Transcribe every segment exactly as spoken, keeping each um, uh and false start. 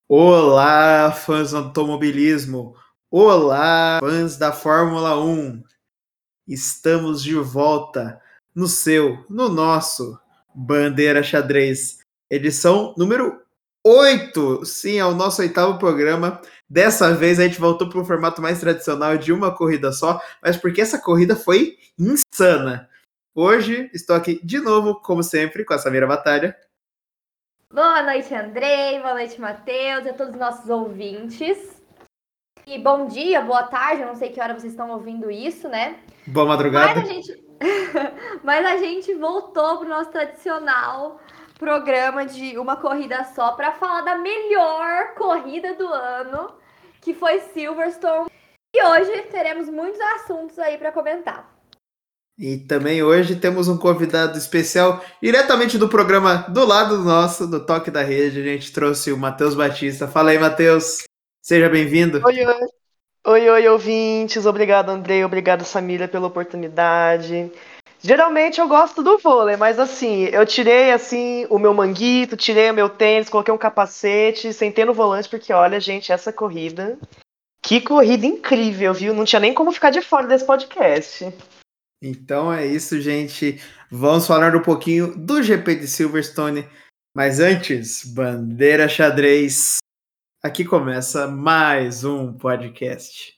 Olá, fãs do automobilismo! Olá, fãs da Fórmula um! Estamos de volta no seu, no nosso Bandeira Xadrez, edição número oito. Sim, é o nosso oitavo programa. Dessa vez a gente voltou para o formato mais tradicional de uma corrida só, mas porque essa corrida foi insana. Hoje estou aqui de novo, como sempre, com a Samira Batalha. Boa noite, Andrei. Boa noite, Matheus, e a todos os nossos ouvintes. E bom dia, boa tarde, eu não sei que hora vocês estão ouvindo isso, né? Boa madrugada. Mas a gente, Mas a gente voltou pro nosso tradicional programa de uma corrida só para falar da melhor corrida do ano, que foi Silverstone. E hoje teremos muitos assuntos aí para comentar. E também hoje temos um convidado especial diretamente do programa do lado nosso, do Toque da Rede. A gente trouxe o Matheus Batista. Fala aí, Matheus. Seja bem-vindo. Oi, oi. Oi, oi, ouvintes. Obrigado, Andrei. Obrigado, Samira, pela oportunidade. Geralmente eu gosto do vôlei, mas assim, eu tirei assim o meu manguito, tirei o meu tênis, coloquei um capacete, sentei no volante, porque olha, gente, essa corrida. Que corrida incrível, viu? Não tinha nem como ficar de fora desse podcast. Então é isso, gente. Vamos falar um pouquinho do G P de Silverstone. Mas antes, Bandeira Xadrez. Aqui começa mais um podcast.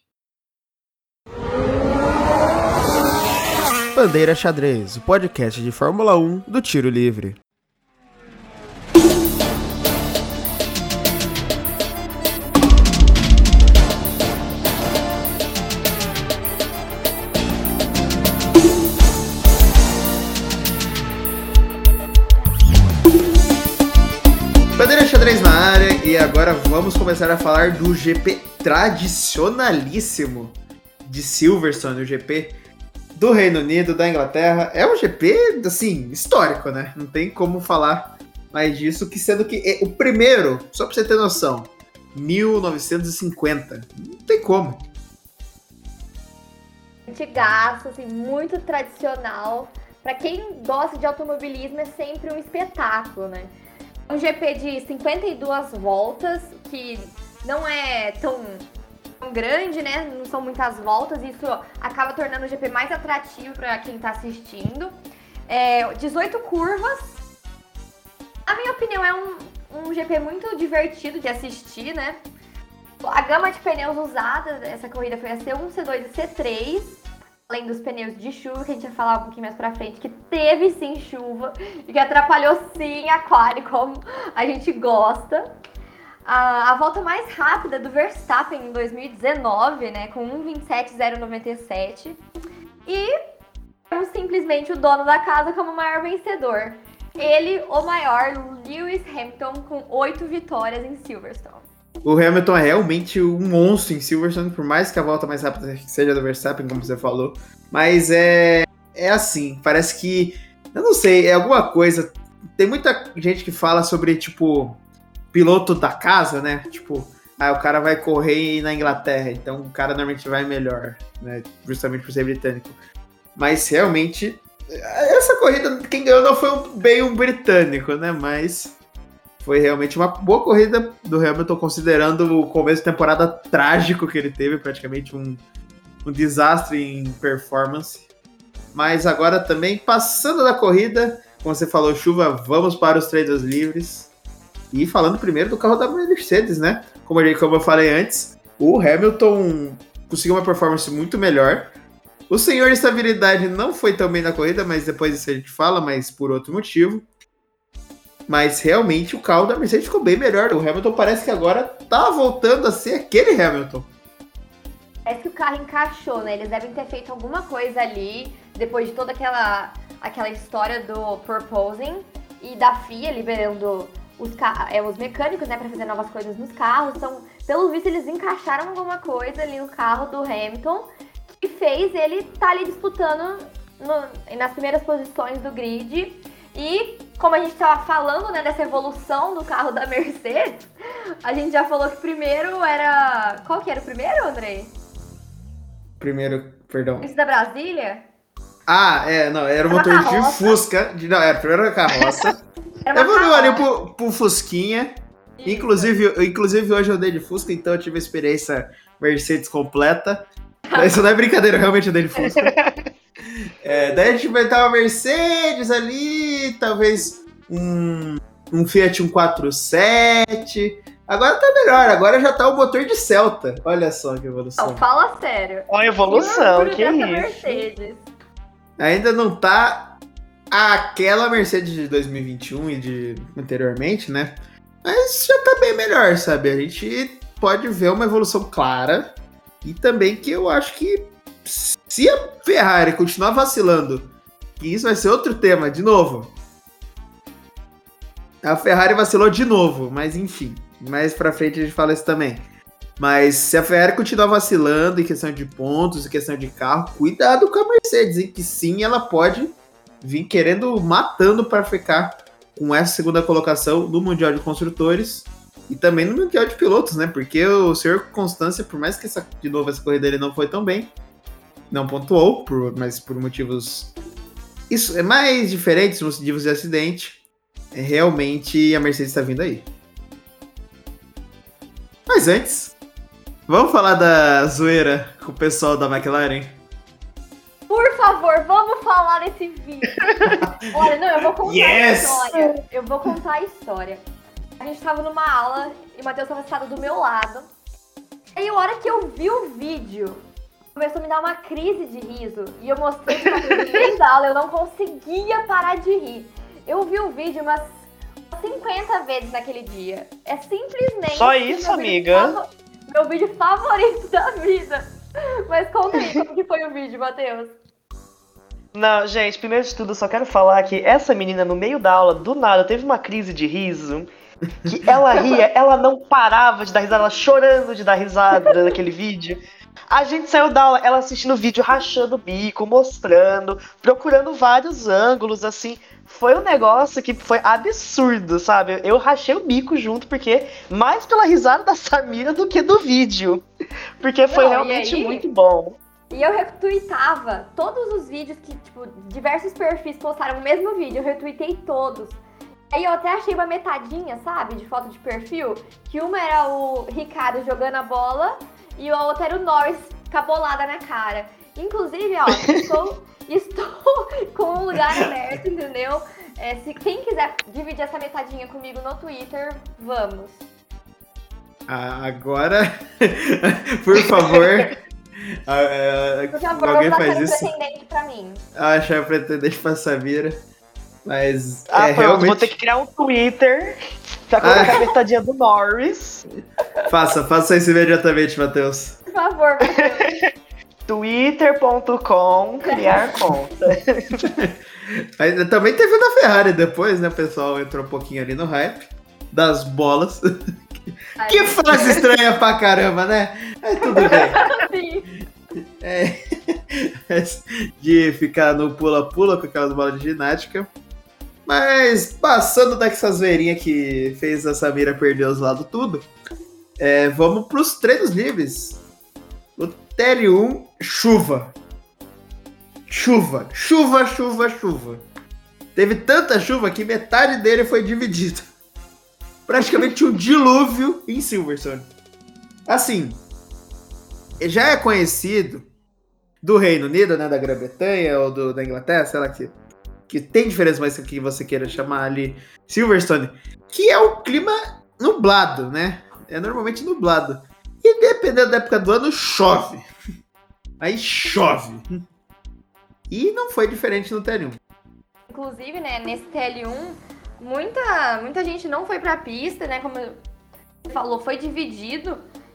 Bandeira Xadrez, o podcast de Fórmula um do Tiro Livre. Bandeira Xadrez na área, e agora vamos começar a falar do G P tradicionalíssimo de Silverstone, o G P do Reino Unido, da Inglaterra. É um G P, assim, histórico, né? Não tem como falar mais disso, que sendo que é o primeiro, só pra você ter noção, mil novecentos e cinquenta. Não tem como. Antigaço, assim, muito tradicional. Pra quem gosta de automobilismo, é sempre um espetáculo, né? Um G P de cinquenta e duas voltas, que não é tão, tão grande, né? Não são muitas voltas, isso acaba tornando o G P mais atrativo para quem tá assistindo. É, dezoito curvas. Na minha opinião, é um, um G P muito divertido de assistir, né? A gama de pneus usada nessa corrida foi a C um, C dois e C três. Além dos pneus de chuva, que a gente vai falar um pouquinho mais pra frente, que teve sim chuva e que atrapalhou sim a quali, como a gente gosta. A, a volta mais rápida do Verstappen em dois mil e dezenove, né, com um vinte e sete zero noventa e sete. E temos simplesmente o dono da casa como o maior vencedor. Ele, o maior, Lewis Hamilton, com oito vitórias em Silverstone. O Hamilton é realmente um monstro em Silverstone, por mais que a volta mais rápida seja do Verstappen, como você falou. Mas é, é assim, parece que, eu não sei, é alguma coisa. Tem muita gente que fala sobre, tipo, piloto da casa, né? Tipo, ah, o cara vai correr na Inglaterra, então o cara normalmente vai melhor, né? Justamente por ser britânico. Mas realmente, essa corrida, quem ganhou não foi bem um britânico, né? Mas foi realmente uma boa corrida do Hamilton, considerando o começo de temporada trágico que ele teve, praticamente um, um desastre em performance. Mas agora também, passando da corrida, como você falou, chuva, vamos para os treinos livres. E falando primeiro do carro da Mercedes, né? Como eu, como eu falei antes, o Hamilton conseguiu uma performance muito melhor. O senhor de estabilidade não foi tão bem na corrida, mas depois disso a gente fala, mas por outro motivo. Mas realmente o carro da Mercedes ficou bem melhor. O Hamilton parece que agora tá voltando a ser aquele Hamilton. Parece que o carro encaixou, né? Eles devem ter feito alguma coisa ali, depois de toda aquela, aquela história do proposing e da F I A liberando os, é, os mecânicos, né, pra fazer novas coisas nos carros. Então, pelo visto, eles encaixaram alguma coisa ali no carro do Hamilton que fez ele estar tá ali disputando no, nas primeiras posições do grid. E como a gente estava falando, né, dessa evolução do carro da Mercedes, a gente já falou que primeiro era... Qual que era o primeiro, Andrei? Primeiro, perdão. Esse da Brasília? Ah, é, não, era o motor de Fusca. De, não, era primeiro a carroça. Era uma Evoluiu carroça. ali pro, pro Fusquinha. Inclusive, inclusive, hoje eu dei de Fusca, então eu tive a experiência Mercedes completa. Isso não é brincadeira, eu realmente andei de Fusca. É, daí a gente vai estar uma Mercedes ali, talvez um, um Fiat cento e quarenta e sete. Agora tá melhor, agora já tá o motor de Celta. Olha só que evolução. Não, fala sério. Olha a evolução, que isso. Mercedes. Ainda não tá aquela Mercedes de dois mil e vinte e um e de anteriormente, né? Mas já tá bem melhor, sabe? A gente pode ver uma evolução clara. E também que eu acho que se a Ferrari continuar vacilando, que isso vai ser outro tema, de novo. A Ferrari vacilou de novo, mas enfim. Mais pra frente a gente fala isso também. Mas se a Ferrari continuar vacilando em questão de pontos, em questão de carro, cuidado com a Mercedes, hein? Que sim, ela pode vir querendo, matando para ficar com essa segunda colocação no Mundial de Construtores e também no Mundial de Pilotos, né? Porque o senhor Constância, por mais que essa, de novo essa corrida ele não foi tão bem, não pontuou, por, mas por motivos isso é mais diferentes, motivos de acidente, é, realmente a Mercedes está vindo aí. Mas antes, vamos falar da zoeira com o pessoal da McLaren? Por favor, vamos falar desse vídeo. Olha, não, eu vou contar Yes! a história. Eu vou contar a história. A gente tava numa aula e o Matheus tava sentado do meu lado. Aí, a hora que eu vi o vídeo, começou a me dar uma crise de riso. E eu mostrei pra ele no meio da aula, eu não conseguia parar de rir. Eu vi o vídeo umas cinquenta vezes naquele dia. É simplesmente... Só isso, amiga? Favo... Meu vídeo favorito da vida. Mas conta aí, como que foi o vídeo, Matheus? Não, gente, primeiro de tudo, eu só quero falar que essa menina, no meio da aula, do nada, teve uma crise de riso, que ela ria, ela não parava de dar risada, ela chorando de dar risada naquele vídeo. A gente saiu da aula, ela assistindo o vídeo, rachando o bico, mostrando, procurando vários ângulos, assim. Foi um negócio que foi absurdo, sabe? Eu rachei o bico junto, porque mais pela risada da Samira do que do vídeo. Porque foi Não, realmente aí, muito bom. E eu retweetava todos os vídeos que, tipo, diversos perfis postaram o mesmo vídeo. Eu retweetei todos. Aí eu até achei uma metadinha, sabe? De foto de perfil. Que uma era o Ricardo jogando a bola e a outra era o Norris cabolada na cara. Inclusive, ó, estou, estou com um lugar aberto, entendeu? É, se quem quiser dividir essa metadinha comigo no Twitter, vamos. Ah, agora, por favor, ah, Por favor, alguém vamos faz achar um isso. pretendente pra mim. Achar pretendente pra Samira. Mas Ah, é, pronto, realmente... vou ter que criar um Twitter pra colocar Ah. a metadinha do Norris. Faça, faça isso imediatamente, Matheus. Por favor, Matheus. twitter ponto com, criar conta. Mas também teve o da Ferrari depois, né? O pessoal entrou um pouquinho ali no hype das bolas. Ai, Que frase estranha pra caramba, né? É tudo bem. sim. É, de ficar no pula-pula com aquelas bolas de ginástica. Mas passando dessa zoeirinha que fez a Samira perder os lados tudo, é, vamos pros treinos livres. O T L um, chuva. Chuva, chuva, chuva, chuva. Teve tanta chuva que metade dele foi dividido. Praticamente um dilúvio em Silverstone. Assim, já é conhecido do Reino Unido, né, da Grã-Bretanha ou do, da Inglaterra, sei lá, que, que tem diferença, mas que você queira chamar ali Silverstone, que é o clima nublado, né? É normalmente nublado. E dependendo da época do ano, chove. Aí chove. E não foi diferente no T L um. Inclusive, né, nesse T L um, muita, muita gente não foi pra pista, né, como você falou, foi dividido.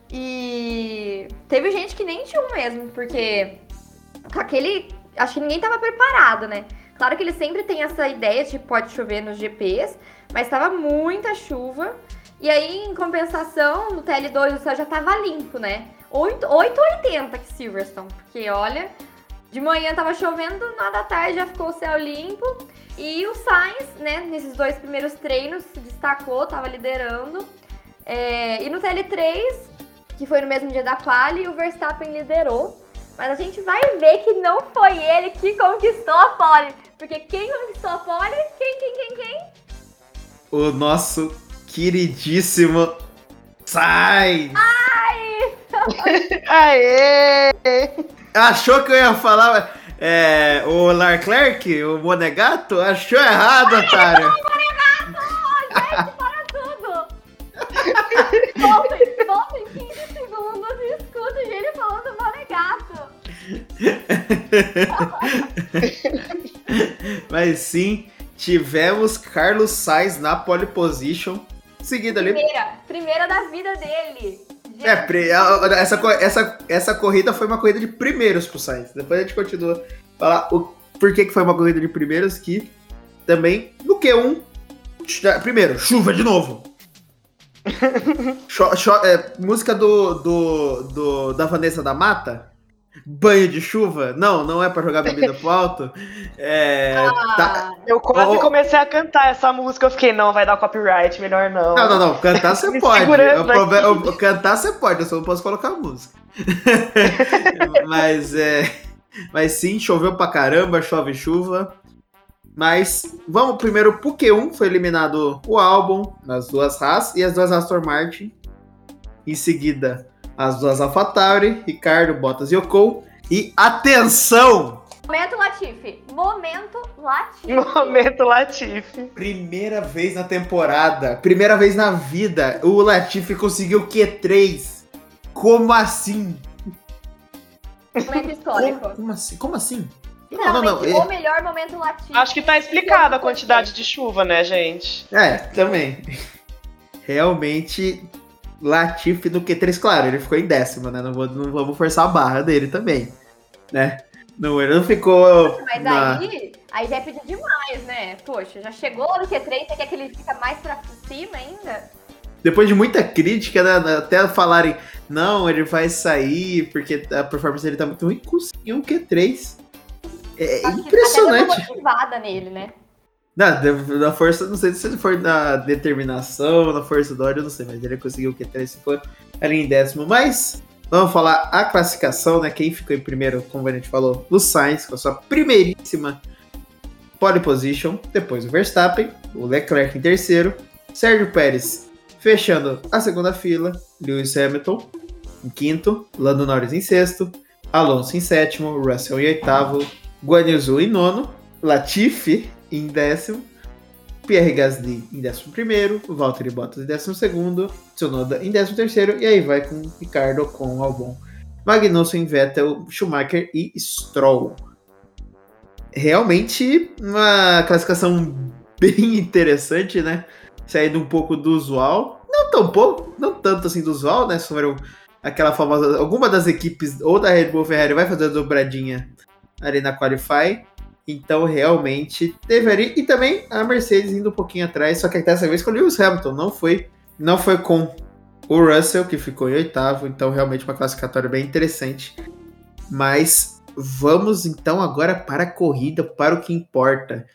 E teve gente que nem tinha um mesmo, porque com aquele, acho que ninguém tava preparado, né? Claro que eles sempre têm essa ideia de pode chover nos G Ps, mas tava muita chuva. E aí, em compensação, no T L dois o céu já tava limpo, né? oito ou oitenta que Silverstone, porque olha, de manhã tava chovendo, nada da tarde já ficou o céu limpo. E o Sainz, né, nesses dois primeiros treinos se destacou, tava liderando. É, e no T L três, que foi no mesmo dia da quali, o Verstappen liderou. Mas a gente vai ver que não foi ele que conquistou a pole. Porque quem conquistou a pole? Quem, quem, quem, quem? O nosso queridíssimo Sainz. Aê! Achou que eu ia falar é, o Leclerc, o Monegato? Achou errado, otário. Gente, para tudo! Voltem, voltem quinze segundos e escutem ele falando Monegato. Mas sim, tivemos Carlos Sainz na pole position. Seguida ali. Primeira, primeira da vida dele. Gente, É, pre- a- a- essa, co- essa, essa corrida foi uma corrida de primeiros pro Sainz. Depois a gente continua a falar o porquê que foi uma corrida de primeiros, que também no Q um. ch- Primeiro, chuva de novo. Cho- cho- é, música do, do, do- da Vanessa da Mata. Banho de chuva. Não, não é pra jogar bebida pro alto. É, tá- Eu quase Ô, ô. comecei a cantar essa música, eu fiquei, não, vai dar copyright, melhor não. Não, não, não. Cantar você Me pode. segurando O proble- aqui. o- Cantar você pode, eu só não posso colocar a música. Mas é. Mas sim, choveu pra caramba, chove chuva. Mas vamos primeiro pro Q um. Foi eliminado o álbum, as duas Haas e as duas Aston Martin. Em seguida, as duas AlphaTauri, Ricardo, Bottas e Ocon. E atenção! Momento Latifi. Momento Latifi. Momento Latifi. Primeira vez na temporada, primeira vez na vida, o Latifi conseguiu Q três. Como assim? Momento histórico. Como, como assim? Como assim? Não, não, Literalmente, não. o melhor momento Latifi. Acho que tá explicada a quantidade de chuva, né, gente? É, é, também. Realmente, Latifi no Q três, claro, ele ficou em décimo, né? Não, vou, não vamos forçar a barra dele também, né? Não, ele não ficou. Mas na- aí, aí já é pedir demais, né? Poxa, já chegou no Q três, você quer que ele fica mais pra cima ainda? Depois de muita crítica, né, até falarem, não, ele vai sair porque a performance dele tá muito ruim, conseguiu o Q três. É Acho que impressionante. até deu uma motivada nele, né? Na, na força, não sei se for na determinação, na força do ódio, eu não sei, mas ele conseguiu o Q três, ficou ali em décimo. Mas vamos falar a classificação, né? Quem ficou em primeiro, como a gente falou, o Sainz, com a sua primeiríssima pole position. Depois o Verstappen, o Leclerc em terceiro, Sérgio Pérez fechando a segunda fila, Lewis Hamilton em quinto, Lando Norris em sexto, Alonso em sétimo, Russell em oitavo, Guan Yu Zhou em nono, Latifi em décimo, Pierre Gasly em décimo primeiro, Valtteri Bottas em décimo segundo, Tsunoda em décimo terceiro, e aí vai com Ricardo, com Albon, Magnussen, Vettel, Schumacher e Stroll. Realmente uma classificação bem interessante, né? Saindo um pouco do usual, não tão pouco, não tanto assim do usual, né? Foram aquela famosa, alguma das equipes ou da Red Bull Ferrari vai fazer a dobradinha ali na Qualify. Então, realmente, teve ali. E também a Mercedes indo um pouquinho atrás, só que dessa vez com o Lewis Hamilton. Não foi, não foi com o Russell, que ficou em oitavo. Então, realmente, uma classificatória bem interessante. Mas vamos, então, agora para a corrida, para o que importa.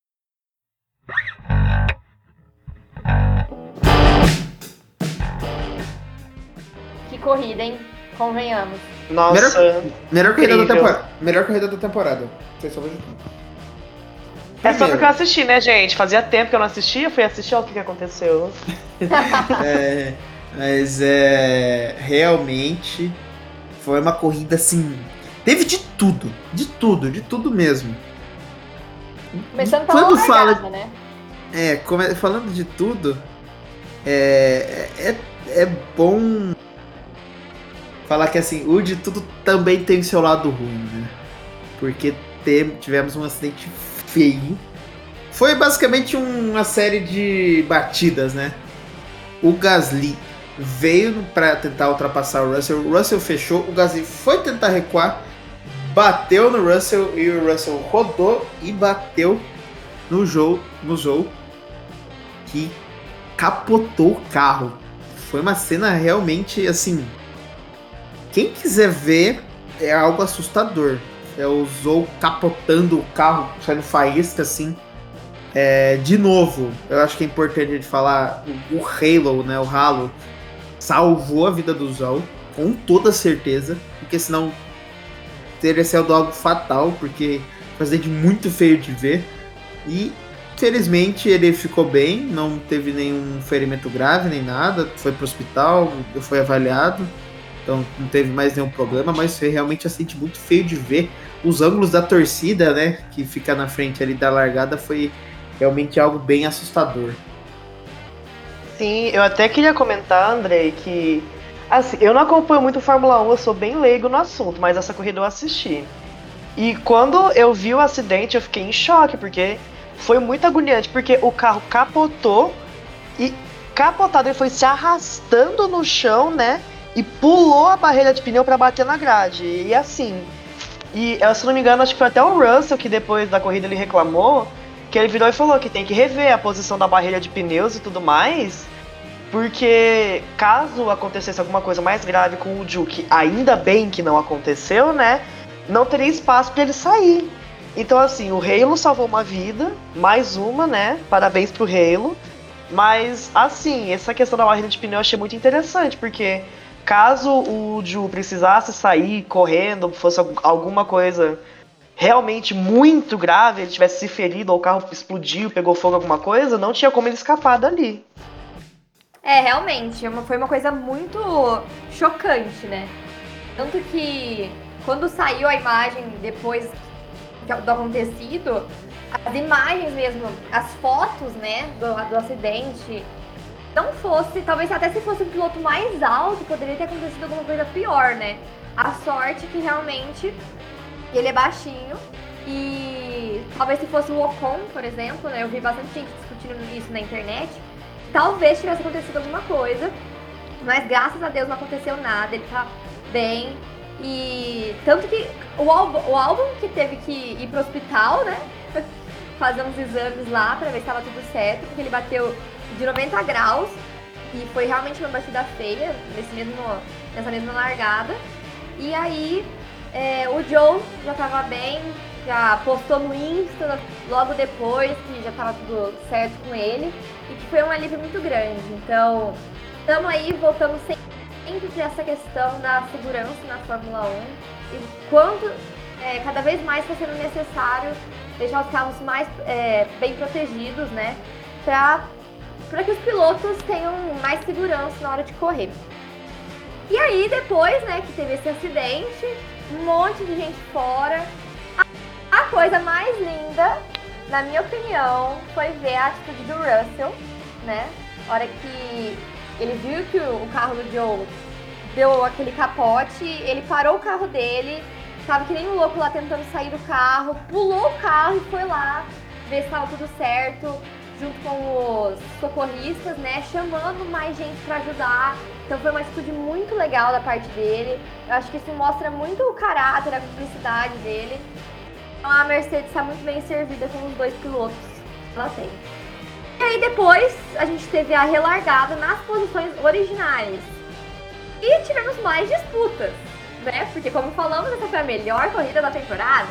Que corrida, hein? Convenhamos. Nossa. Melhor corrida da Incrível. temporada. Melhor corrida da temporada. Vocês só vejam. É só porque eu assisti, né, gente? Fazia tempo que eu não assistia, fui assistir, olha o que, que aconteceu. É, mas é. Realmente foi uma corrida assim. Teve de tudo. De tudo, de tudo mesmo. Começando pela Quando largada, fala- né? É, come- falando de tudo, é, é, é bom falar que assim, o de tudo também tem seu lado ruim, né? Porque te- tivemos um acidente feio. Foi basicamente um- uma série de batidas, né? O Gasly veio para tentar ultrapassar o Russell, o Russell fechou, o Gasly foi tentar recuar, bateu no Russell e o Russell rodou e bateu no Zhou, no Zhou, que capotou o carro. Foi uma cena realmente assim. Quem quiser ver, é algo assustador. É o Zhou capotando o carro, saindo faísca assim. É, de novo, eu acho que é importante a gente falar, o, o Halo, né, o Halo, salvou a vida do Zhou, com toda certeza, porque senão teria sido algo fatal, porque foi um acidente muito feio de ver. E felizmente ele ficou bem, não teve nenhum ferimento grave nem nada, foi pro hospital, foi avaliado, então não teve mais nenhum problema, mas foi realmente assim, muito feio de ver. Os ângulos da torcida, né, que fica na frente ali da largada, foi realmente algo bem assustador. Sim, eu até queria comentar, Andrei, que assim, eu não acompanho muito Fórmula um, eu sou bem leigo no assunto, mas essa corrida eu assisti. E quando eu vi o acidente, eu fiquei em choque, porque foi muito agoniante, porque o carro capotou e capotado ele foi se arrastando no chão, né? E pulou a barreira de pneu para bater na grade. E assim, e se não me engano, acho que foi até o Russell que depois da corrida ele reclamou, que ele virou e falou que tem que rever a posição da barreira de pneus e tudo mais, porque caso acontecesse alguma coisa mais grave com o Juki, ainda bem que não aconteceu, né? Não teria espaço para ele sair. Então assim, o Halo salvou uma vida, mais uma, né? Parabéns pro Halo. Mas assim, essa questão da barreira de pneu eu achei muito interessante, porque caso o Ju precisasse sair correndo, fosse alguma coisa realmente muito grave, ele tivesse se ferido ou o carro explodiu, pegou fogo, alguma coisa, não tinha como ele escapar dali. É, realmente, foi uma coisa muito chocante, né? Tanto que quando saiu a imagem depois do acontecido, as imagens mesmo, as fotos, né, do, do acidente, não fosse, talvez até se fosse um piloto mais alto, poderia ter acontecido alguma coisa pior, né? A sorte que realmente ele é baixinho e talvez se fosse o Ocon, por exemplo, né, eu vi bastante gente discutindo isso na internet, talvez tivesse acontecido alguma coisa, mas graças a Deus não aconteceu nada, ele tá bem. E tanto que o álbum, o álbum que teve que ir pro hospital, né, fazer uns exames lá pra ver se tava tudo certo, porque ele bateu de noventa graus e foi realmente uma batida feia nesse mesmo, nessa mesma largada. E aí é, o Joe já tava bem, já postou no Insta logo depois que já tava tudo certo com ele e que foi um alívio muito grande. Então estamos aí voltando sempre para essa questão da segurança na Fórmula um e quanto é, cada vez mais está sendo necessário deixar os carros mais é, bem protegidos, né, para para que os pilotos tenham mais segurança na hora de correr. E aí depois, né, que teve esse acidente, um monte de gente fora. A, a coisa mais linda, na minha opinião, foi ver a atitude do Russell, né, a hora que ele viu que o, o carro do Joe deu aquele capote, ele parou o carro dele, tava que nem um louco lá tentando sair do carro, pulou o carro e foi lá ver se estava tudo certo, junto com os socorristas, né, chamando mais gente para ajudar. Então foi uma atitude muito legal da parte dele. Eu acho que isso mostra muito o caráter, a cumplicidade dele. Então a Mercedes está muito bem servida com os dois pilotos que ela tem. E aí depois a gente teve a relargada nas posições originais. E tivemos mais disputas, né? Porque como falamos, essa foi a melhor corrida da temporada.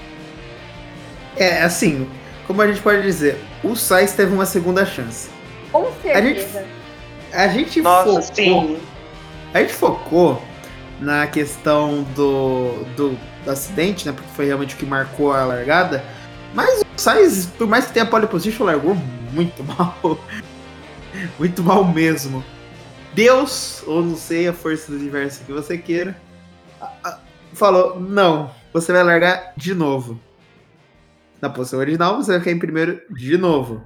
É, assim, como a gente pode dizer, o Sainz teve uma segunda chance. Com certeza. A gente, a gente Nossa, focou. sim. A gente focou na questão do, do, do acidente, né? Porque foi realmente o que marcou a largada. Mas o Sainz, por mais que tenha pole position, largou muito mal. Muito mal mesmo. Deus, ou não sei, a força do universo que você queira, falou, não, você vai largar de novo. Na posição original, você vai ficar em primeiro de novo.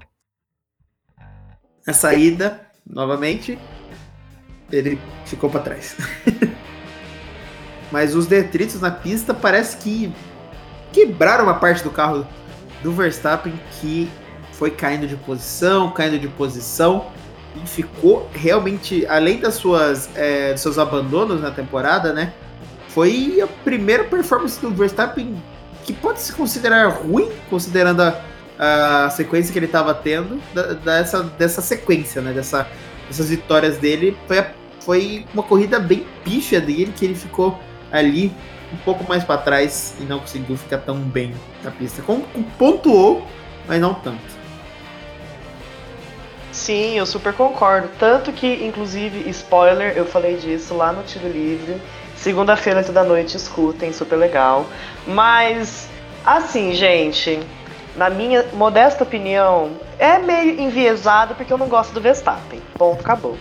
Na saída, novamente, ele ficou para trás. Mas os detritos na pista parece que quebraram uma parte do carro do Verstappen, que foi caindo de posição, caindo de posição, e ficou realmente, além das suas, é, dos seus abandonos na temporada, né? Foi a primeira performance do Verstappen que pode se considerar ruim, considerando a, a sequência que ele estava tendo, da, dessa, dessa sequência, né? Dessa, dessas vitórias dele. Foi, a, foi uma corrida bem pífia dele, que ele ficou ali um pouco mais para trás e não conseguiu ficar tão bem na pista. Com, com, pontuou, mas não tanto. Sim, eu super concordo. Tanto que, inclusive, spoiler, eu falei disso lá no Tiro Livre. Segunda-feira, toda noite, escutem, super legal. Mas, assim, gente, na minha modesta opinião, é meio enviesado porque eu não gosto do Verstappen. Ponto, acabou.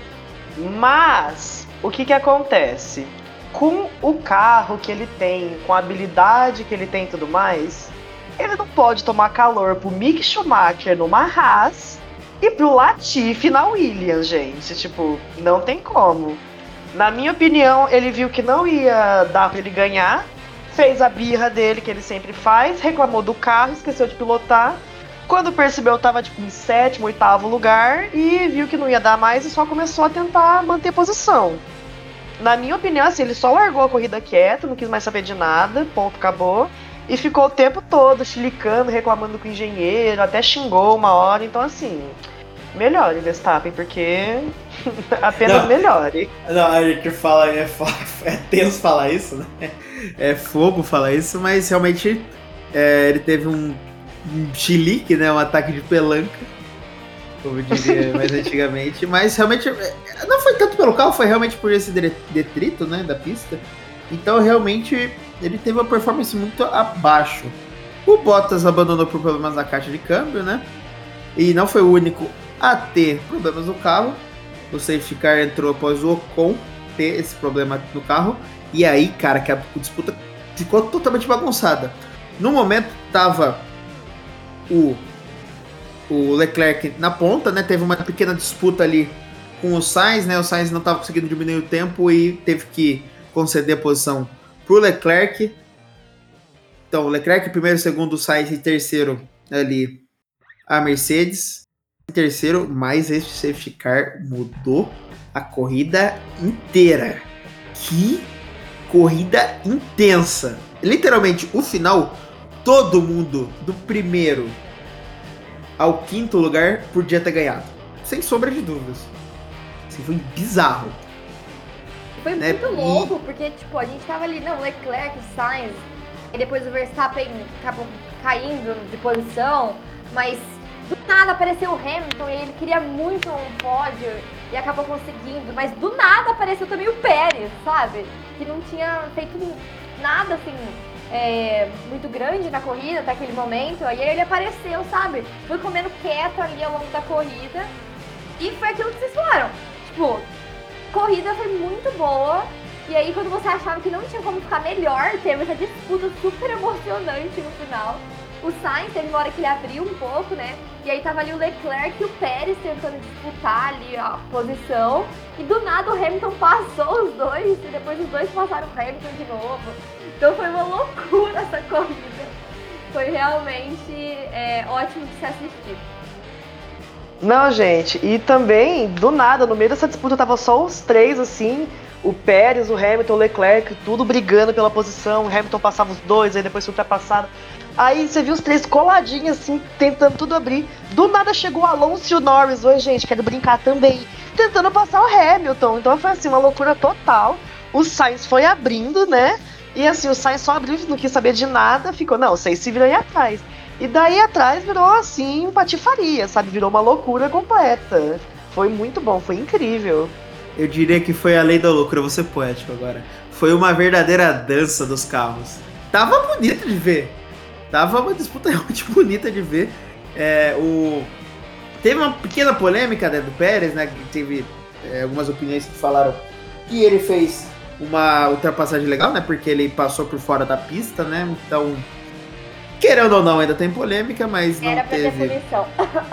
Mas, o que que acontece? Com o carro que ele tem, com a habilidade que ele tem e tudo mais, ele não pode tomar calor pro Mick Schumacher numa Haas e pro Latifi na Williams, gente. Tipo, não tem como. Na minha opinião, ele viu que não ia dar pra ele ganhar, fez a birra dele, que ele sempre faz, reclamou do carro, esqueceu de pilotar. Quando percebeu, tava tipo, em sétimo, oitavo lugar e viu que não ia dar mais e só começou a tentar manter posição. Na minha opinião, assim, ele só largou a corrida quieto, não quis mais saber de nada, ponto, acabou. E ficou o tempo todo chilicando, reclamando com o engenheiro, até xingou uma hora. Então, assim, melhore, Verstappen, porque apenas não, melhore. Não, a gente fala, é, é tenso falar isso, né? É fogo falar isso, mas realmente é, ele teve um, um chilique, né? Um ataque de pelanca, como diria mais antigamente. Mas realmente não foi tanto pelo carro, foi realmente por esse detrito, né, da pista. Então realmente ele teve uma performance muito abaixo. O Bottas abandonou por problemas na caixa de câmbio, né? E não foi o único a ter problemas no carro. O safety car entrou após o Ocon ter esse problema no carro. E aí, cara, que a disputa ficou totalmente bagunçada. No momento, tava o, o Leclerc na ponta, né? Teve uma pequena disputa ali com o Sainz, né? O Sainz não estava conseguindo diminuir o tempo e teve que conceder a posição pro Leclerc. Então, o Leclerc primeiro, segundo, o Sainz e terceiro ali a Mercedes. Em terceiro, mais esse safety car mudou a corrida inteira. Que corrida intensa. Literalmente, o final, todo mundo do primeiro ao quinto lugar podia ter ganhado. Sem sombra de dúvidas. Assim, foi bizarro. Foi né? muito louco, porque, tipo, a gente tava ali, não, Leclerc, Sainz, e depois o Verstappen acabou caindo de posição, mas do nada apareceu o Hamilton e ele queria muito um pódio e acabou conseguindo, mas do nada apareceu também o Pérez, sabe? Que não tinha feito nada, assim, é, muito grande na corrida até aquele momento, aí ele apareceu, sabe? Foi comendo quieto ali ao longo da corrida e foi aquilo que vocês falaram, tipo, a corrida foi muito boa. E aí, quando você achava que não tinha como ficar melhor, teve essa disputa super emocionante no final. O Sainz teve uma hora que ele abriu um pouco, né? E aí tava ali o Leclerc e o Pérez tentando disputar ali a posição. E do nada o Hamilton passou os dois e depois os dois passaram o Hamilton de novo. Então foi uma loucura essa corrida. Foi realmente é, ótimo de se assistir. Não, gente, e também, do nada, no meio dessa disputa tava só os três, assim, o Pérez, o Hamilton, o Leclerc, tudo brigando pela posição, o Hamilton passava os dois, aí depois foi ultrapassado. Aí você viu os três coladinhos, assim, tentando tudo abrir. Do nada chegou o Alonso e o Norris, oi gente, quero brincar também, tentando passar o Hamilton. Então foi assim, uma loucura total. O Sainz foi abrindo, né, e assim, o Sainz só abriu, não quis saber de nada, ficou, não, vocês se viram aí atrás. E daí atrás virou assim, patifaria, sabe? Virou uma loucura completa. Foi muito bom, foi incrível. Eu diria que foi a lei da loucura, vou ser poético agora. Foi uma verdadeira dança dos carros. Tava bonito de ver. Tava uma disputa realmente bonita de ver. É, o... Teve uma pequena polêmica, né, do Pérez, né? Que teve é, algumas opiniões que falaram que ele fez uma ultrapassagem legal, né? Porque ele passou por fora da pista, né? Então... Querendo ou não, ainda tem polêmica, mas não Era pra teve... ter punição.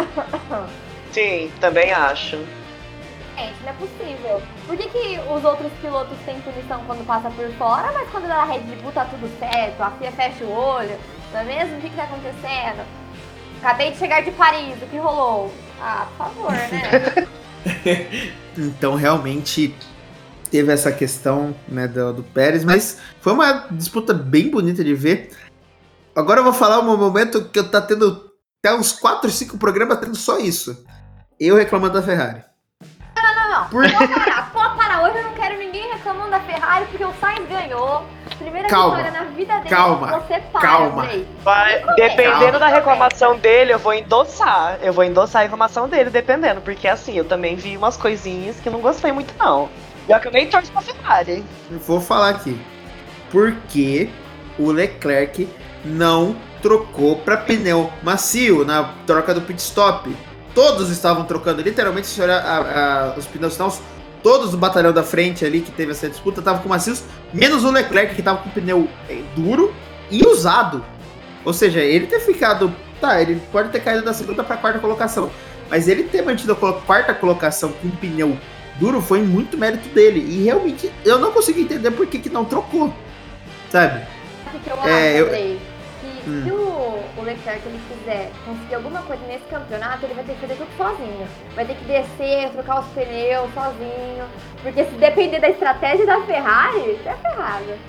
Sim, também acho. Gente, não é possível. Por que, que os outros pilotos têm punição quando passa por fora, mas quando na Red Bull tá tudo certo, a F I A fecha o olho, não é mesmo? O que que tá acontecendo? Acabei de chegar de Paris, o que rolou? Ah, por favor, né? Então, realmente, teve essa questão, né, do, do Pérez, mas foi uma disputa bem bonita de ver. Agora eu vou falar um momento que eu tá tendo até uns quatro, cinco programas tendo só isso. Eu reclamando da Ferrari. Não, não, não. Por... Pode parar, pode parar. Hoje eu não quero ninguém reclamando da Ferrari, porque o Sainz ganhou. Primeira calma, vitória na vida dele. calma, Você para, calma. Vai, dependendo calma. da reclamação dele, eu vou endossar. Eu vou endossar a reclamação dele, dependendo. Porque assim, eu também vi umas coisinhas que não gostei muito, não. Já que eu nem torço pra Ferrari. Vou falar aqui. Porque o Leclerc não trocou para pneu macio na troca do pit stop. Todos estavam trocando, literalmente, se olhar a, a, os pneus finais, todos do batalhão da frente ali que teve essa disputa estavam com macios, menos o Leclerc que estava com pneu duro e usado. Ou seja, ele ter ficado, tá, ele pode ter caído da segunda para a quarta colocação, mas ele ter mantido a quarta colocação com pneu duro foi muito mérito dele. E realmente eu não consigo entender por que, que não trocou, sabe? O que eu acho, É, eu- Andrei, que Hum. se o, o Leclerc ele quiser conseguir alguma coisa nesse campeonato, ele vai ter que fazer tudo sozinho. Vai ter que descer, trocar os pneus sozinho. Porque se depender da estratégia da Ferrari, você é ferrado.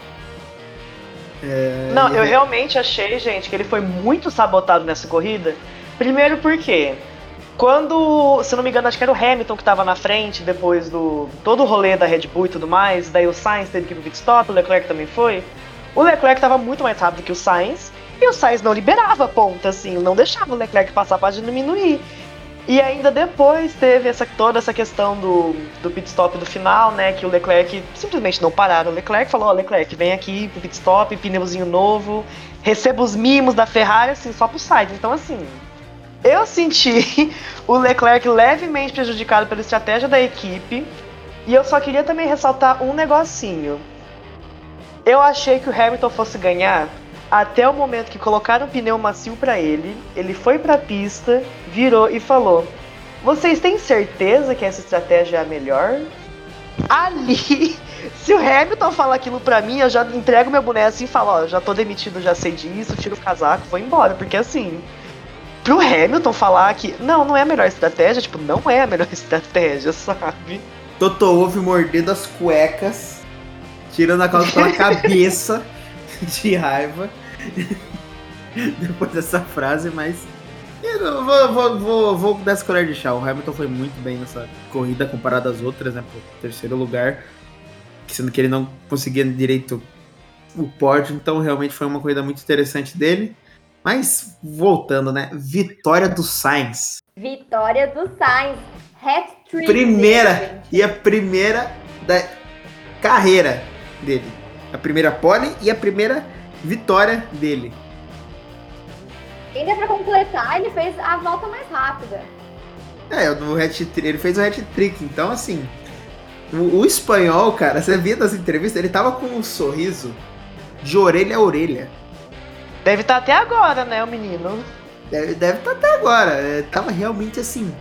É, Não, eu e- realmente achei, gente, que ele foi muito sabotado nessa corrida. Primeiro porque, quando, se eu não me engano, acho que era o Hamilton que tava na frente, depois do todo o rolê da Red Bull e tudo mais, daí o Sainz teve que ir pro pit stop, o Leclerc também foi. O Leclerc tava muito mais rápido que o Sainz, e o Sainz não liberava a ponta, assim, não deixava o Leclerc passar pra diminuir. E ainda depois teve essa, toda essa questão do, do pit stop do final, né? Que o Leclerc simplesmente não pararam. O Leclerc falou, ó, Leclerc, vem aqui pro pit stop, pneuzinho novo, receba os mimos da Ferrari, assim, só pro site. Então, assim, eu senti o Leclerc levemente prejudicado pela estratégia da equipe. E eu só queria também ressaltar um negocinho. Eu achei que o Hamilton fosse ganhar até o momento que colocaram um pneu macio pra ele. Ele foi pra pista, virou e falou: vocês têm certeza que essa estratégia é a melhor? Ali, se o Hamilton falar aquilo pra mim, eu já entrego meu boné assim e falo: ó, já tô demitido, já sei disso, tiro o casaco, vou embora. Porque assim, pro Hamilton falar que não, não é a melhor estratégia, tipo, não é a melhor estratégia, sabe? Toto Wolff mordendo as cuecas, tirando a calça pela cabeça de raiva depois dessa frase, mas eu não- vou, vou, vou, vou dar essa colher de chá. O Hamilton foi muito bem nessa corrida comparado às outras, né? Pro terceiro lugar, sendo que ele não conseguia direito o pódio, então realmente foi uma corrida muito interessante dele. Mas voltando, né? Vitória do Sainz. Vitória do Sainz. Hat-trick. Primeira dele, gente. e a primeira da carreira dele. A primeira pole e a primeira vitória dele. Ainda pra completar, ele fez a volta mais rápida. É, no hat-trick, ele fez o hat-trick, então assim, o, o espanhol, cara, você via nas entrevistas, ele tava com um sorriso de orelha a orelha. Deve estar até agora, né, o menino? Deve, deve estar até agora. É, tava realmente assim,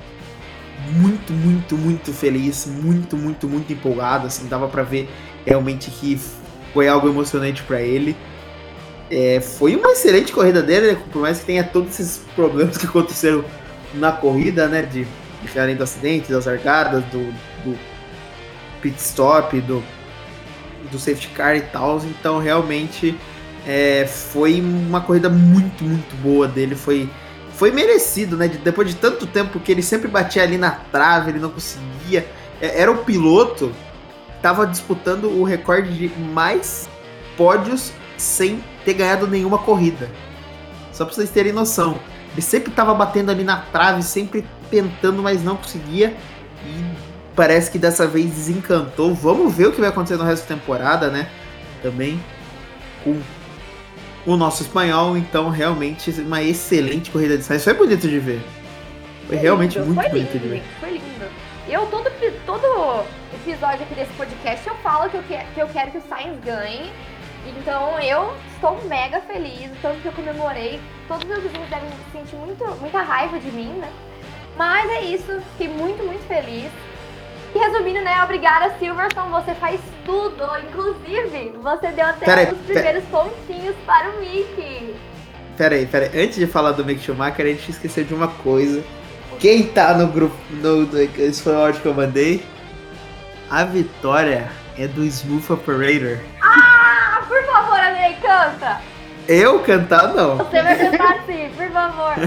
muito, muito, muito feliz, muito, muito, muito empolgado, assim, dava pra ver realmente que foi algo emocionante pra ele. É, foi uma excelente corrida dele, né, por mais que tenha todos esses problemas que aconteceram na corrida, né, de, de além do acidente, das largadas, do, do pit stop, do, do safety car e tal, então realmente é, foi uma corrida muito, muito boa dele, foi, foi merecido, né, de, depois de tanto tempo que ele sempre batia ali na trave, ele não conseguia, é, era o piloto que estava disputando o recorde de mais pódios sem ter ganhado nenhuma corrida. Só pra vocês terem noção. Ele sempre tava batendo ali na trave, sempre tentando, mas não conseguia. E parece que dessa vez desencantou. Vamos ver o que vai acontecer no resto da temporada, né? Também com o nosso espanhol. Então, realmente, uma excelente corrida de Sainz. Foi bonito de ver. Foi realmente lindo, muito foi bonito lindo, de ver. gente, foi lindo. Eu, todo, todo episódio aqui desse podcast, eu falo que eu, que, que eu quero que o Sainz ganhe. Então eu estou mega feliz, tanto que eu comemorei. Todos os meus vizinhos devem sentir muito, muita raiva de mim, né? Mas é isso, fiquei muito, muito feliz. E resumindo, né, obrigada Silverstone, você faz tudo. Inclusive, você deu até Pera aí, os primeiros pontinhos para o Mickey. Pera aí, pera aí. Antes de falar do Mick Schumacher, a gente esqueceu de uma coisa. Quem tá no grupo, no, no, esse foi o áudio que eu mandei. A vitória é do Smooth Operator. Ah, por favor, Andrei, canta. Eu cantar, não. Você vai cantar sim, por favor.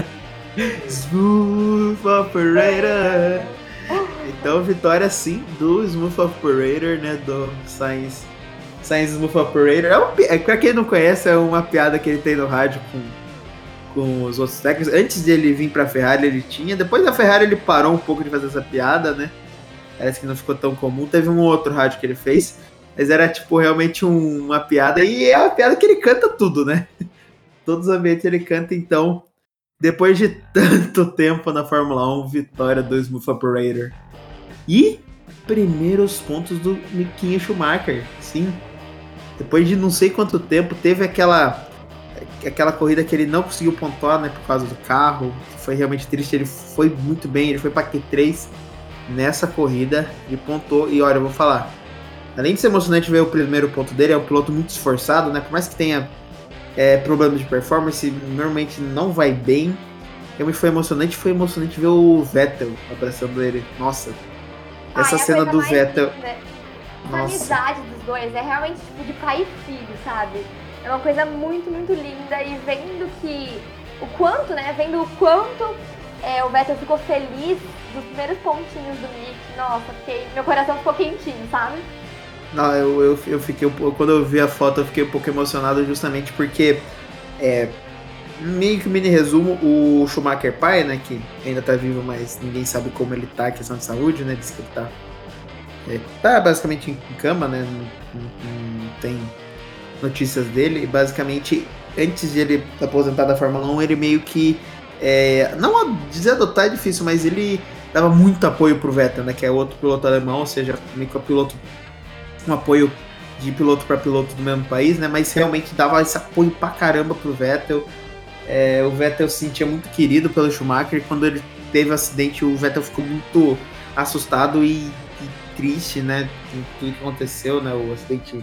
Smooth Operator. Então, vitória sim do Smooth Operator, né? Do Sainz. Sainz Smooth Operator. É uma, é, pra quem não conhece, é uma piada que ele tem no rádio com, com os outros técnicos. Antes de ele vir pra Ferrari, ele tinha. Depois da Ferrari, ele parou um pouco de fazer essa piada, né? Parece que não ficou tão comum. Teve um outro rádio que ele fez. Mas era, tipo, realmente um, uma piada. E é uma piada que ele canta tudo, né? todos os ambientes ele canta, então, depois de tanto tempo na Fórmula um, vitória do Smooth Operator. E primeiros pontos do Mick Schumacher, sim. Depois de não sei quanto tempo, teve aquela, aquela corrida que ele não conseguiu pontuar, né, por causa do carro, que foi realmente triste. Ele foi muito bem, ele foi para Q três nessa corrida, ele pontuou. E olha, eu vou falar, além de ser emocionante ver o primeiro ponto dele, é um piloto muito esforçado, né, por mais que tenha é, problemas de performance, normalmente não vai bem. Realmente foi emocionante, foi emocionante ver o Vettel abraçando ele. Nossa, essa ah, cena do Vettel... Linda. A amizade dos dois é realmente tipo de pai e filho, sabe? É uma coisa muito, muito linda. E vendo que o quanto, né? Vendo o quanto é, o Vettel ficou feliz dos primeiros pontinhos do Mick. Nossa, fiquei, meu coração ficou quentinho, sabe? Não, eu, eu, eu fiquei, quando eu vi a foto, eu fiquei um pouco emocionado justamente porque, é, meio que mini resumo, o Schumacher pai, né, que ainda tá vivo, mas ninguém sabe como ele tá, questão de saúde, né, diz que ele tá, é, tá basicamente em cama, né, não, não, não tem notícias dele, e basicamente, antes de ele aposentar da Fórmula um, ele meio que, é, não dizer adotar é difícil, mas ele dava muito apoio pro Vettel, né, que é outro piloto alemão, ou seja, meio que o piloto um apoio de piloto para piloto do mesmo país, né? Mas realmente dava esse apoio pra caramba pro Vettel. É, o Vettel se sentia muito querido pelo Schumacher. Quando ele teve o acidente, o Vettel ficou muito assustado e, e triste, né? Com tudo que aconteceu, né? O acidente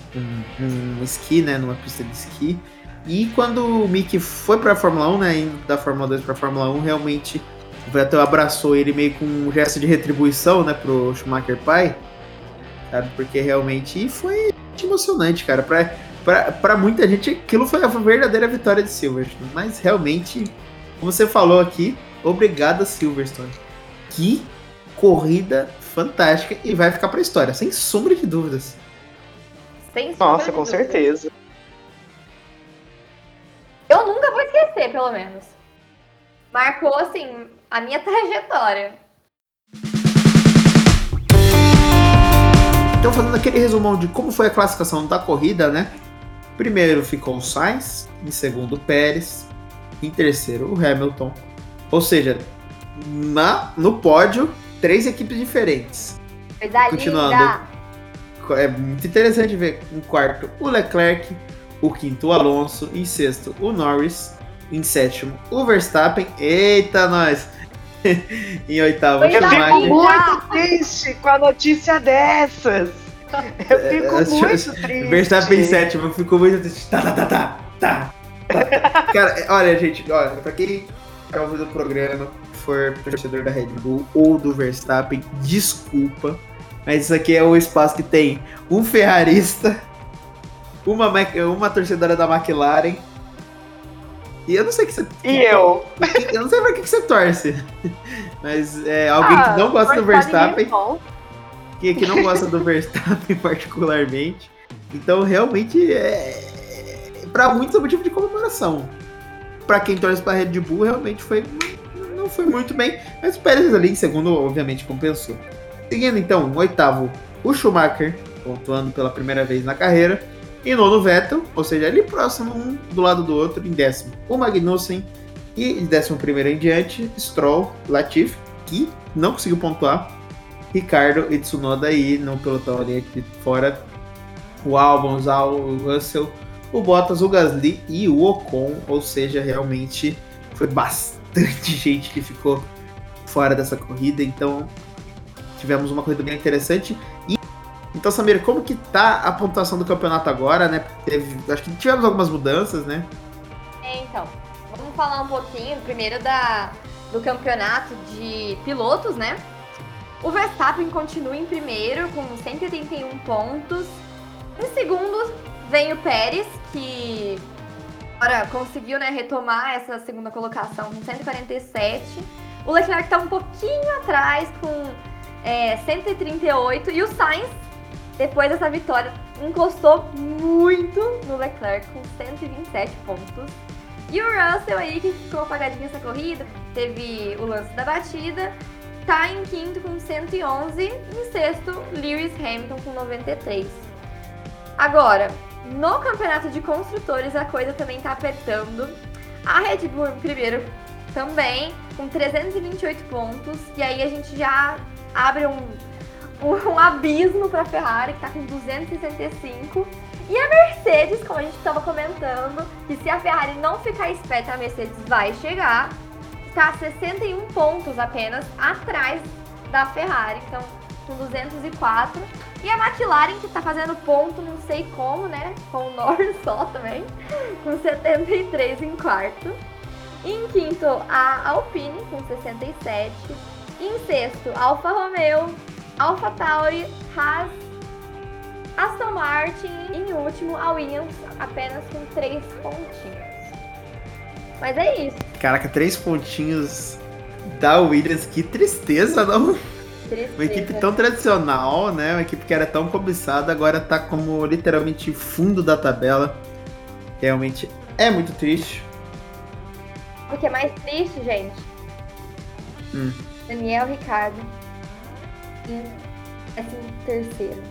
num um esqui, né? Numa pista de esqui. E quando o Mick foi pra Fórmula um, né? Indo da Fórmula dois pra Fórmula um, realmente o Vettel abraçou ele meio com um gesto de retribuição, né? Pro Schumacher pai. Sabe? Porque realmente foi emocionante, cara. Pra, pra, pra muita gente, aquilo foi a verdadeira vitória de Silverstone. Mas realmente, como você falou aqui, obrigado, Silverstone. Que corrida fantástica e vai ficar pra história, sem sombra de dúvidas. Sem sombra Nossa, de com dúvidas. certeza. Eu nunca vou esquecer, pelo menos. Marcou, assim, a minha trajetória. Então, fazendo aquele resumão de como foi a classificação da corrida, né? Primeiro ficou o Sainz, em segundo o Pérez, em terceiro o Hamilton. Ou seja, na, no pódio, três equipes diferentes. Coisa Continuando, linda. é muito interessante ver em quarto o Leclerc, o quinto o Alonso, em sexto o Norris, em sétimo o Verstappen, eita nós! Em oitavo o Eu fico Schumacher. muito triste com a notícia dessas. Eu fico É, muito triste. Verstappen em sétimo, eu fico muito triste. Tá, tá, tá, tá, tá. tá. Cara, olha, gente, olha, pra quem tá ouvindo o programa, for torcedor da Red Bull ou do Verstappen, desculpa, mas isso aqui é um espaço que tem um ferrarista, uma, uma torcedora da McLaren, e eu não sei que você... E eu? Eu não sei pra que você torce, mas é alguém ah, que não gosta do Verstappen, que, que não gosta do Verstappen particularmente, então realmente é... Pra muitos é motivo de comemoração. Pra quem torce pra Red Bull, realmente foi... não foi muito bem, mas o Pérez ali em segundo, obviamente, compensou. Seguindo então, o oitavo, o Schumacher, pontuando pela primeira vez na carreira. E nono, Vettel, ou seja, ali próximo, um do lado do outro. Em décimo, o Magnussen. E em décimo primeiro em diante, Stroll, Latifi, que não conseguiu pontuar. Ricardo e Tsunoda aí no pelotão ali aqui fora. O Albon, o Russell, o Bottas, o Gasly e o Ocon. Ou seja, realmente foi bastante gente que ficou fora dessa corrida. Então, tivemos uma corrida bem interessante. E então, Samir, como que tá a pontuação do campeonato agora, né? Teve, acho que tivemos algumas mudanças, né? É, então, vamos falar um pouquinho primeiro da, do campeonato de pilotos, né? O Verstappen continua em primeiro com cento e oitenta e um pontos. Em segundo vem o Pérez, que agora conseguiu, né, retomar essa segunda colocação com cento e quarenta e sete. O Leclerc tá um pouquinho atrás com é, cento e trinta e oito. E o Sainz, depois dessa vitória, encostou muito no Leclerc com cento e vinte e sete pontos. E o Russell aí, que ficou apagadinho essa corrida, teve o lance da batida, tá em quinto com cento e onze. E em sexto, Lewis Hamilton com noventa e três. Agora, No campeonato de construtores, a coisa também tá apertando. A Red Bull em primeiro também, com trezentos e vinte e oito pontos. E aí a gente já abre um, um, um abismo para a Ferrari, que tá com duzentos e sessenta e cinco. E a Mercedes, como a gente estava comentando, que se a Ferrari não ficar esperta, a Mercedes vai chegar, tá a sessenta e um pontos apenas atrás da Ferrari, então com duzentos e quatro. E a McLaren, que tá fazendo ponto, não sei como, né, com o Norris só também, com setenta e três em quarto. Em quinto, a Alpine, com sessenta e sete. Em sexto, Alfa Romeo, Alfa Tauri, Haas, Aston Martin. E em último, a Williams, apenas com três pontinhos. Mas é isso. Caraca, três pontinhos da Williams, que tristeza, não? Tristeza. Uma equipe tão tradicional, né? Uma equipe que era tão cobiçada, agora tá como literalmente fundo da tabela. Realmente é muito triste. O que é mais triste, gente? Hum. Daniel Ricciardo em décimo terceiro.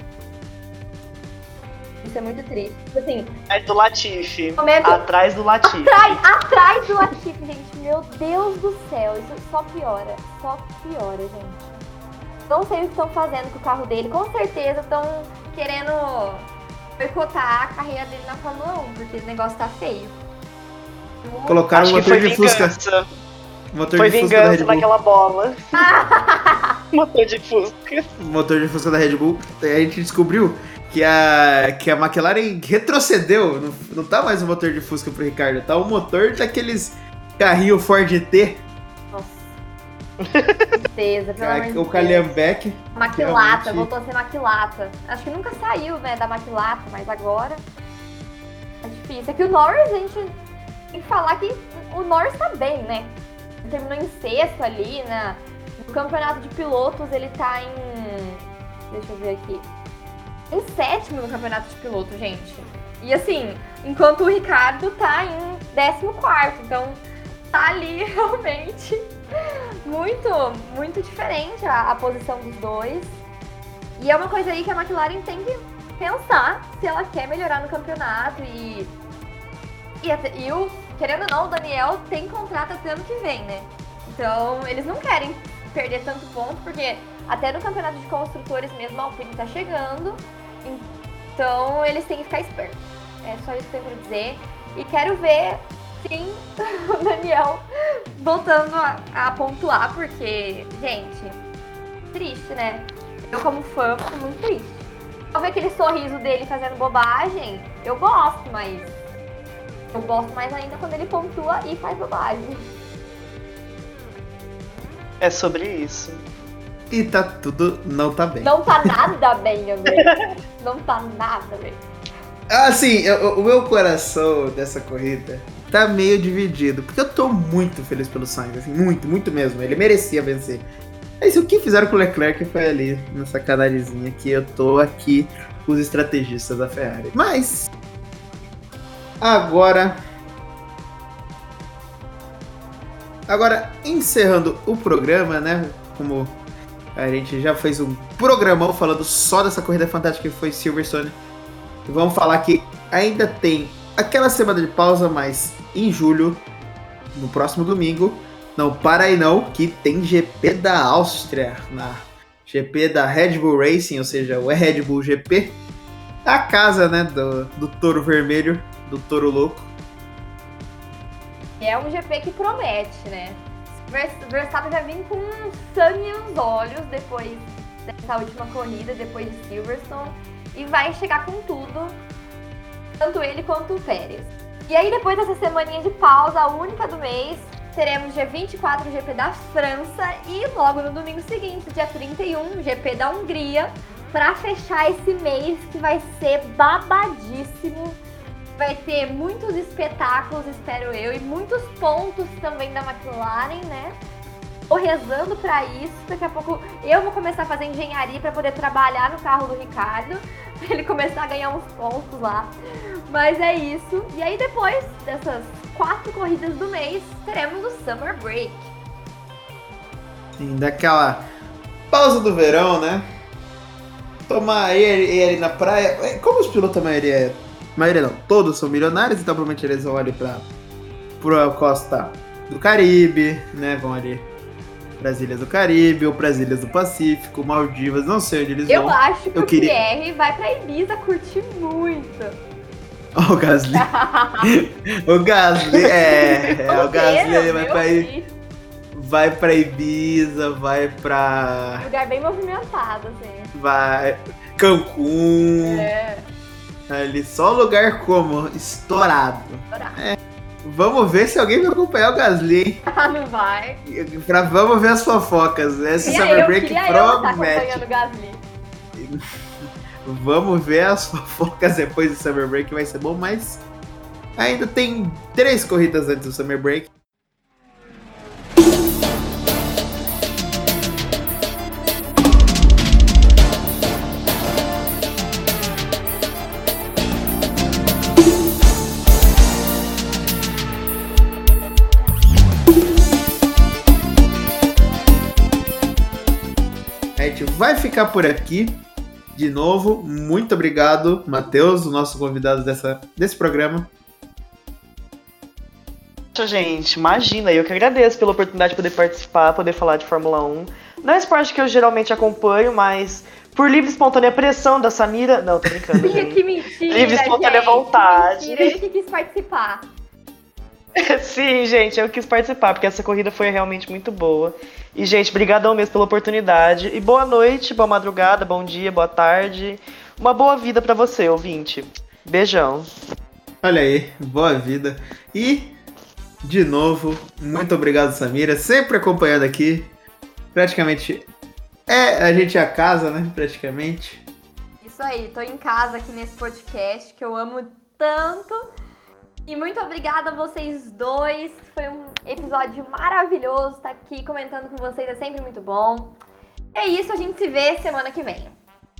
Isso é muito triste. Tipo assim, É do Latifi. Momento- Atrás do Latifi. atrás, atrás do Latifi, gente. Meu Deus do céu. Isso só piora. Só piora, gente. Não sei o que estão fazendo com o carro dele. Com certeza estão querendo boicotar a carreira dele na Fórmula um, porque o negócio tá feio. Colocaram Acho o que foi motor de Fusca. vingança. Motor Foi de Fusca da Red vingança Bull. naquela bola. Motor de Fusca. Motor de Fusca da Red Bull. A gente descobriu que a, que a McLaren retrocedeu. Não, não tá mais o motor de Fusca pro Ricardo, tá o motor daqueles carrinho Ford T. Nossa. Tristeza, pelo amor de O Deus. Calhambeck. Maquilata, realmente- voltou a ser Maquilata. Acho que nunca saiu, né, da Maquilata, mas agora é difícil. É que o Norris, a gente tem que falar que o Norris tá bem, né? Ele terminou em sexto ali, né? No campeonato de pilotos ele tá em... Deixa eu ver aqui. Em sétimo no campeonato de pilotos, gente. E assim, enquanto o Ricardo tá em décimo quarto. Então tá ali realmente muito, muito diferente a, a posição dos dois. E é uma coisa aí que a McLaren tem que pensar se ela quer melhorar no campeonato. E, e, até- e o, querendo ou não, o Daniel tem contrato até ano que vem, né? Então eles não querem perder tanto ponto, porque até no campeonato de construtores mesmo a Alpine tá chegando. Então eles têm que ficar espertos. É só isso que eu tenho pra dizer. E quero ver, sim, o Daniel voltando a, a pontuar, porque, gente, triste, né? Eu, como fã, fico muito triste. Eu ver aquele sorriso dele fazendo bobagem, eu gosto, mas eu gosto mais ainda quando ele pontua e faz bobagem. É sobre isso. E tá tudo. Não tá bem. Não tá nada bem, André. Não tá nada bem. Assim, eu- o meu coração dessa corrida tá meio dividido. Porque eu tô muito feliz pelo Sainz, assim, muito, muito mesmo. Ele merecia vencer. Mas o que fizeram com o Leclerc foi ali, nessa canalizinha que eu tô aqui com os estrategistas da Ferrari. Mas. Agora. Agora, encerrando o programa, né? Como a gente já fez um programão falando só dessa corrida fantástica que foi Silverstone. E vamos falar que ainda tem aquela semana de pausa, mas em julho, no próximo domingo, não para aí não, que tem G P da Áustria, na G P da Red Bull Racing, ou seja, o Red Bull G P, a casa, né, do, do touro vermelho, do touro louco. É um G P que promete, né? Vers- Verstappen vai vir com sangue nos olhos depois dessa última corrida, depois de Silverstone, e vai chegar com tudo, tanto ele quanto o Pérez. E aí, depois dessa semaninha de pausa, a única do mês, teremos dia vinte e quatro o G P da França e logo no domingo seguinte, dia trinta e um, o G P da Hungria, para fechar esse mês que vai ser babadíssimo. Vai ter muitos espetáculos, espero eu, e muitos pontos também da McLaren, né? Tô rezando pra isso. Daqui a pouco eu vou começar a fazer engenharia pra poder trabalhar no carro do Ricardo, pra ele começar a ganhar uns pontos lá. Mas é isso. E aí depois dessas quatro corridas do mês, teremos o Summer Break. Sim, daquela pausa do verão, né? Tomar ele, ele na praia. Como os pilotos a maioria A maioria não, todos são milionários, então provavelmente eles vão ali pra, pra costa do Caribe, né? Vão ali pras ilhas do Caribe ou pras ilhas do Pacífico, Maldivas, não sei onde eles Eu vão. acho que Eu o queria- Pierre vai pra Ibiza curtir muito. Ó, o Gasly. O Gasly, é, é o Gasly ele vai pra, I- vai pra Ibiza, vai pra. Um lugar bem movimentado, assim. Vai. Cancún. É, Ali, só lugar como? Estourado. Estourado. Vamos ver se alguém vai acompanhar o Gasly, hein? ah, não vai. Pra, vamos ver as fofocas. Esse Queria Summer eu, Break queria eu estar promete. acompanhando o Gasly. Vamos ver as fofocas depois do Summer Break, vai ser bom, mas ainda tem três corridas antes do Summer Break. A gente vai ficar por aqui. De novo, muito obrigado, Matheus, o nosso convidado dessa, desse programa. Gente, imagina, eu que agradeço pela oportunidade de poder participar, poder falar de Fórmula um. Não é um esporte que eu geralmente acompanho, mas por livre e espontânea pressão da Samira... Não, tô brincando, gente. Que mentira, Livre e espontânea gente. vontade. Que mentira, ele que quis participar. Sim, gente, eu quis participar, porque essa corrida foi realmente muito boa. E, gente, brigadão mesmo pela oportunidade. E boa noite, boa madrugada, bom dia, boa tarde. Uma boa vida pra você, ouvinte. Beijão. Olha aí, boa vida. E, de novo, muito obrigado, Samira, sempre acompanhando aqui. Praticamente, é a gente é a casa, né, praticamente. Isso aí, tô em casa aqui nesse podcast que eu amo tanto. E muito obrigada a vocês dois. Foi um episódio maravilhoso. Estar aqui comentando com vocês é sempre muito bom. É isso, a gente se vê semana que vem.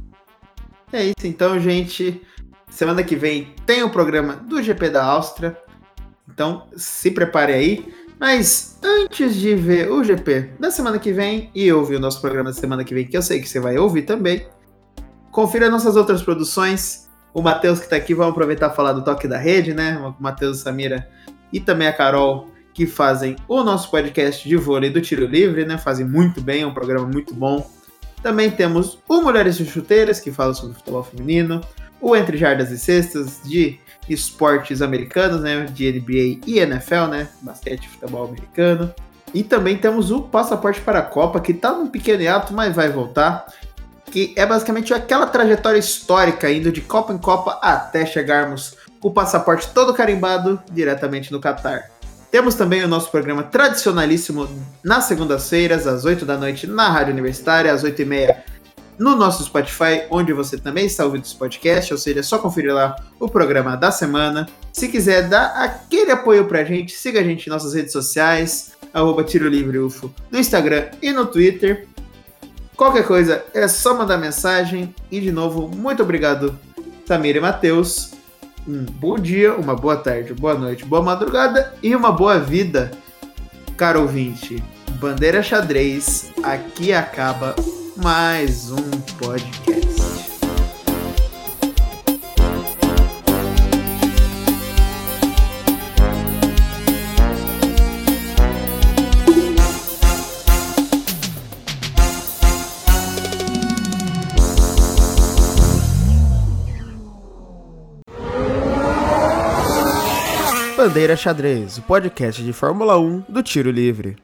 É isso, então, gente. Semana que vem tem o programa do G P da Áustria. Então, se prepare aí. Mas antes de ver o G P da semana que vem e ouvir o nosso programa da semana que vem, que eu sei que você vai ouvir também, confira nossas outras produções. O Matheus que tá aqui, vamos aproveitar e falar do Toque da Rede, né? O Matheus, Samira e também a Carol, que fazem o nosso podcast de vôlei do Tiro Livre, né? Fazem muito bem, é um programa muito bom. Também temos o Mulheres de Chuteiras, que fala sobre futebol feminino. O Entre Jardas e Cestas, de esportes americanos, né? De N B A e N F L, né? Basquete e futebol americano. E também temos o Passaporte para a Copa, que tá num pequeno hiato, mas vai voltar. Que é basicamente aquela trajetória histórica, indo de Copa em Copa até chegarmos com o passaporte todo carimbado diretamente no Catar. Temos também o nosso programa tradicionalíssimo nas segundas-feiras, às oito da noite, na Rádio Universitária, às oito e meia no nosso Spotify, onde você também está ouvindo esse podcast, ou seja, é só conferir lá o programa da semana. Se quiser dar aquele apoio pra gente, siga a gente em nossas redes sociais, arroba Tiro Livre U F O, no Instagram e no Twitter. Qualquer coisa, é só mandar mensagem. E, de novo, muito obrigado, Samira e Matheus. Um bom dia, uma boa tarde, boa noite, boa madrugada e uma boa vida. Caro ouvinte, Bandeira Xadrez, aqui acaba mais um podcast. Bandeira Xadrez, o podcast de Fórmula um do Tiro Livre.